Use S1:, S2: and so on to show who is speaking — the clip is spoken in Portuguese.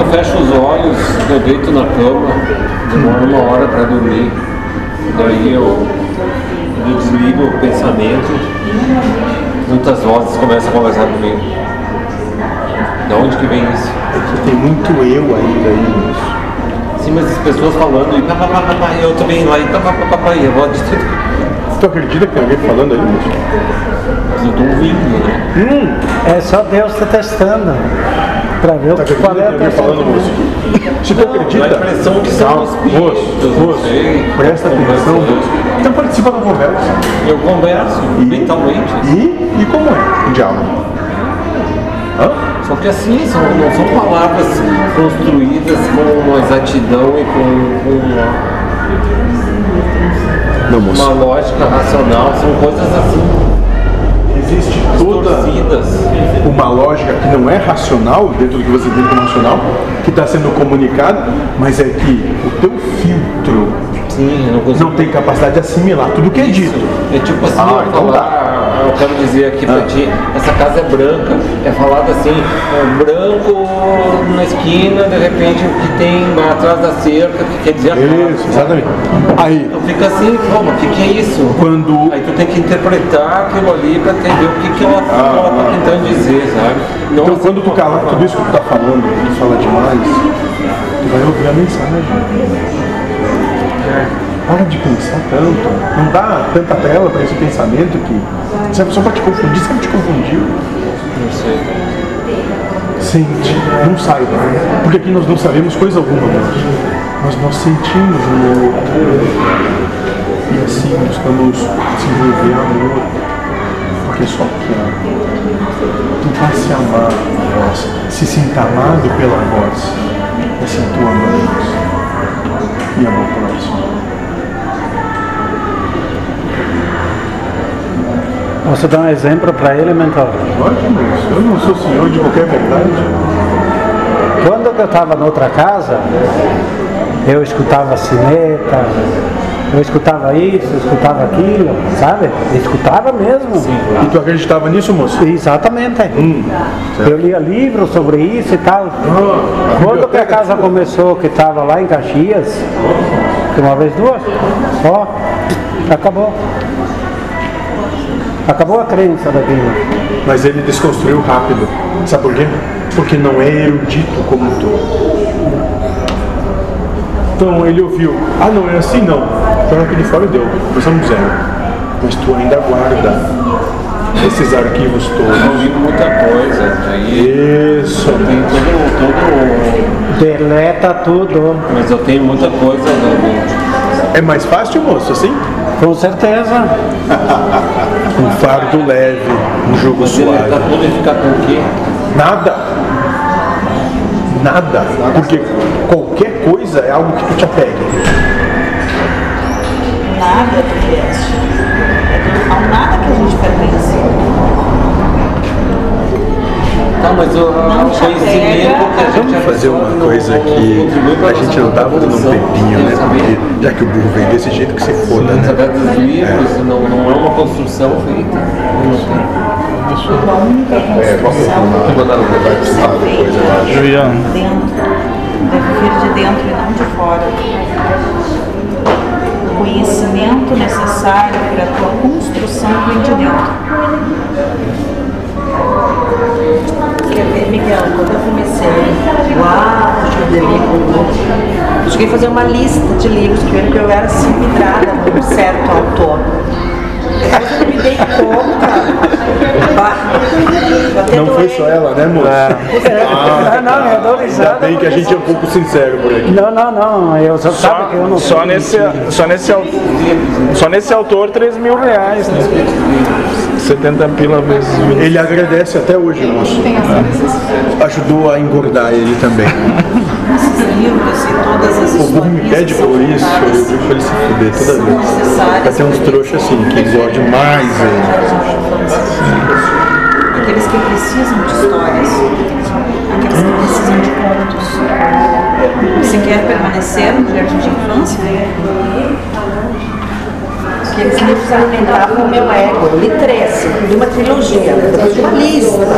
S1: eu fecho os olhos, eu deito na cama, demoro 1 hora para dormir. Daí eu desligo o pensamento, muitas vozes começam a conversar comigo. De onde que vem isso?
S2: Tem muito eu ainda aí nisso.
S1: Sim, mas as pessoas falando e papapá, eu também lá e papapá, e a voz de tudo.
S2: Tu acredita que tem alguém falando aí nisso?
S1: Mas eu tô ouvindo, né?
S3: É só Deus tá testando pra ver o que
S2: Acredita que tem alguém falando, moço? Se tu
S1: Dá a
S2: acredita...
S1: impressão que são espíritos,
S2: Moço, presta atenção, moço. Então participa da conversa.
S1: Eu converso mentalmente.
S2: E como é o diálogo? Hã?
S1: Só que assim, não são palavras construídas com exatidão e com
S2: Não, moço.
S1: uma lógica racional, são coisas assim,
S2: Existe toda
S1: distorcidas.
S2: uma lógica que não é racional, dentro do que você entende como racional, que está sendo comunicada, mas é que o teu filtro
S1: Sim, eu não consigo.
S2: não tem capacidade de assimilar tudo que é dito.
S1: É tipo assim, eu
S2: então
S1: falar, eu quero dizer aqui pra ti, essa casa é branca, é falado assim, é branco na esquina, de repente o que tem atrás da cerca, que quer dizer a casa.
S2: Isso, exatamente. Aí,
S1: Então fica assim, pô, mas o que é isso?
S2: quando...
S1: Aí tu tem que interpretar aquilo ali pra entender o que ela tá tentando dizer, sabe? Não
S2: Então,
S1: assim,
S2: quando tu calar tudo isso que tu tá falando, tu fala demais, tu vai ouvir a mensagem. Para de pensar tanto. Não dá tanta tela para esse pensamento que... Só para te confundir, sempre te confundiu.
S1: Não sei.
S2: Sente, não saiba. Porque aqui nós não sabemos coisa alguma, mas nós sentimos um outro. E assim buscamos desenvolver amor. Porque só que tu vai se amar a voz, se sinta amado pela voz. Essa é a tua voz. E amor próximo.
S3: Posso dar um exemplo para ele, mentor?
S2: Pode, moço. Eu não sou senhor de qualquer verdade.
S3: Quando eu estava noutra casa, eu escutava sineta, eu escutava isso, eu escutava aquilo, sabe? Eu escutava mesmo.
S2: E tu acreditava nisso, moço?
S3: Exatamente. Eu lia livros sobre isso e tal.
S2: A
S3: Quando que a
S2: biblioteca
S3: casa começou, que estava lá em Caxias, que uma vez duas, ó, acabou. Acabou a crença daquilo.
S2: Mas ele desconstruiu rápido. Sabe por quê? Porque não é erudito como tu. Então ele ouviu, não é assim não. Joga aqui de fora e deu. Começamos do zero. Mas tu ainda guarda esses arquivos
S1: Eu
S2: todos.
S1: ouvi muita coisa, aí
S2: Isso.
S1: tem todo.
S3: Deleta tudo.
S1: Mas eu tenho muita coisa da
S2: É mais fácil, moço, assim?
S3: Com certeza.
S2: Um fardo leve, um jogo
S1: Você
S2: suave.
S1: tá tudo e ficar com o quê?
S2: Nada. Nada. Porque qualquer coisa é algo que tu te apegue.
S4: Nada do resto. Ao nada que a gente pertence.
S1: Tá, mas o
S4: te
S1: conhecimento
S4: apega.
S1: que a gente
S2: Vamos fazer uma coisa que a gente não tá dando um pepinho, né? Porque já que o burro vem desse jeito, que se foda, né?
S1: Através dos livros, não é uma construção feita.
S4: A única construção
S2: Vai precisar depois, eu acho.
S3: Juliano.
S4: dentro deve vir de dentro e não de fora. O conhecimento necessário para a tua construção vem de dentro. Quer ver, Miguel, quando eu comecei eu cheguei a fazer uma lista de livros, primeiro que eu era assim vidrada num certo autor. Depois eu me dei conta.
S2: Não foi só ela, né, moço?
S3: Não, eu dou
S2: Ainda
S3: risada.
S2: bem que a gente é um pouco sincero por aqui.
S3: Não, eu só sabe que eu não
S5: Só nesse autor R$3.000, né? 70 pila vezes 20.
S2: Ele agradece até hoje, moço. Ajudou a engordar ele também.
S4: Esses livros e todas as
S2: O burro me
S4: historinhas
S2: pede
S4: são
S2: por isso, eu
S4: contadas,
S2: digo pra ele se fuder toda
S4: são
S2: vez.
S4: necessárias
S2: Vai ter uns
S4: para
S2: trouxas assim, que engordam mais ele.
S4: aqueles que precisam de histórias, aqueles que precisam de contos. Você quer permanecer no jardim de infância? Aqueles livros alimentavam o meu ego. Eu li 3, eu li uma trilogia, depois de uma lista.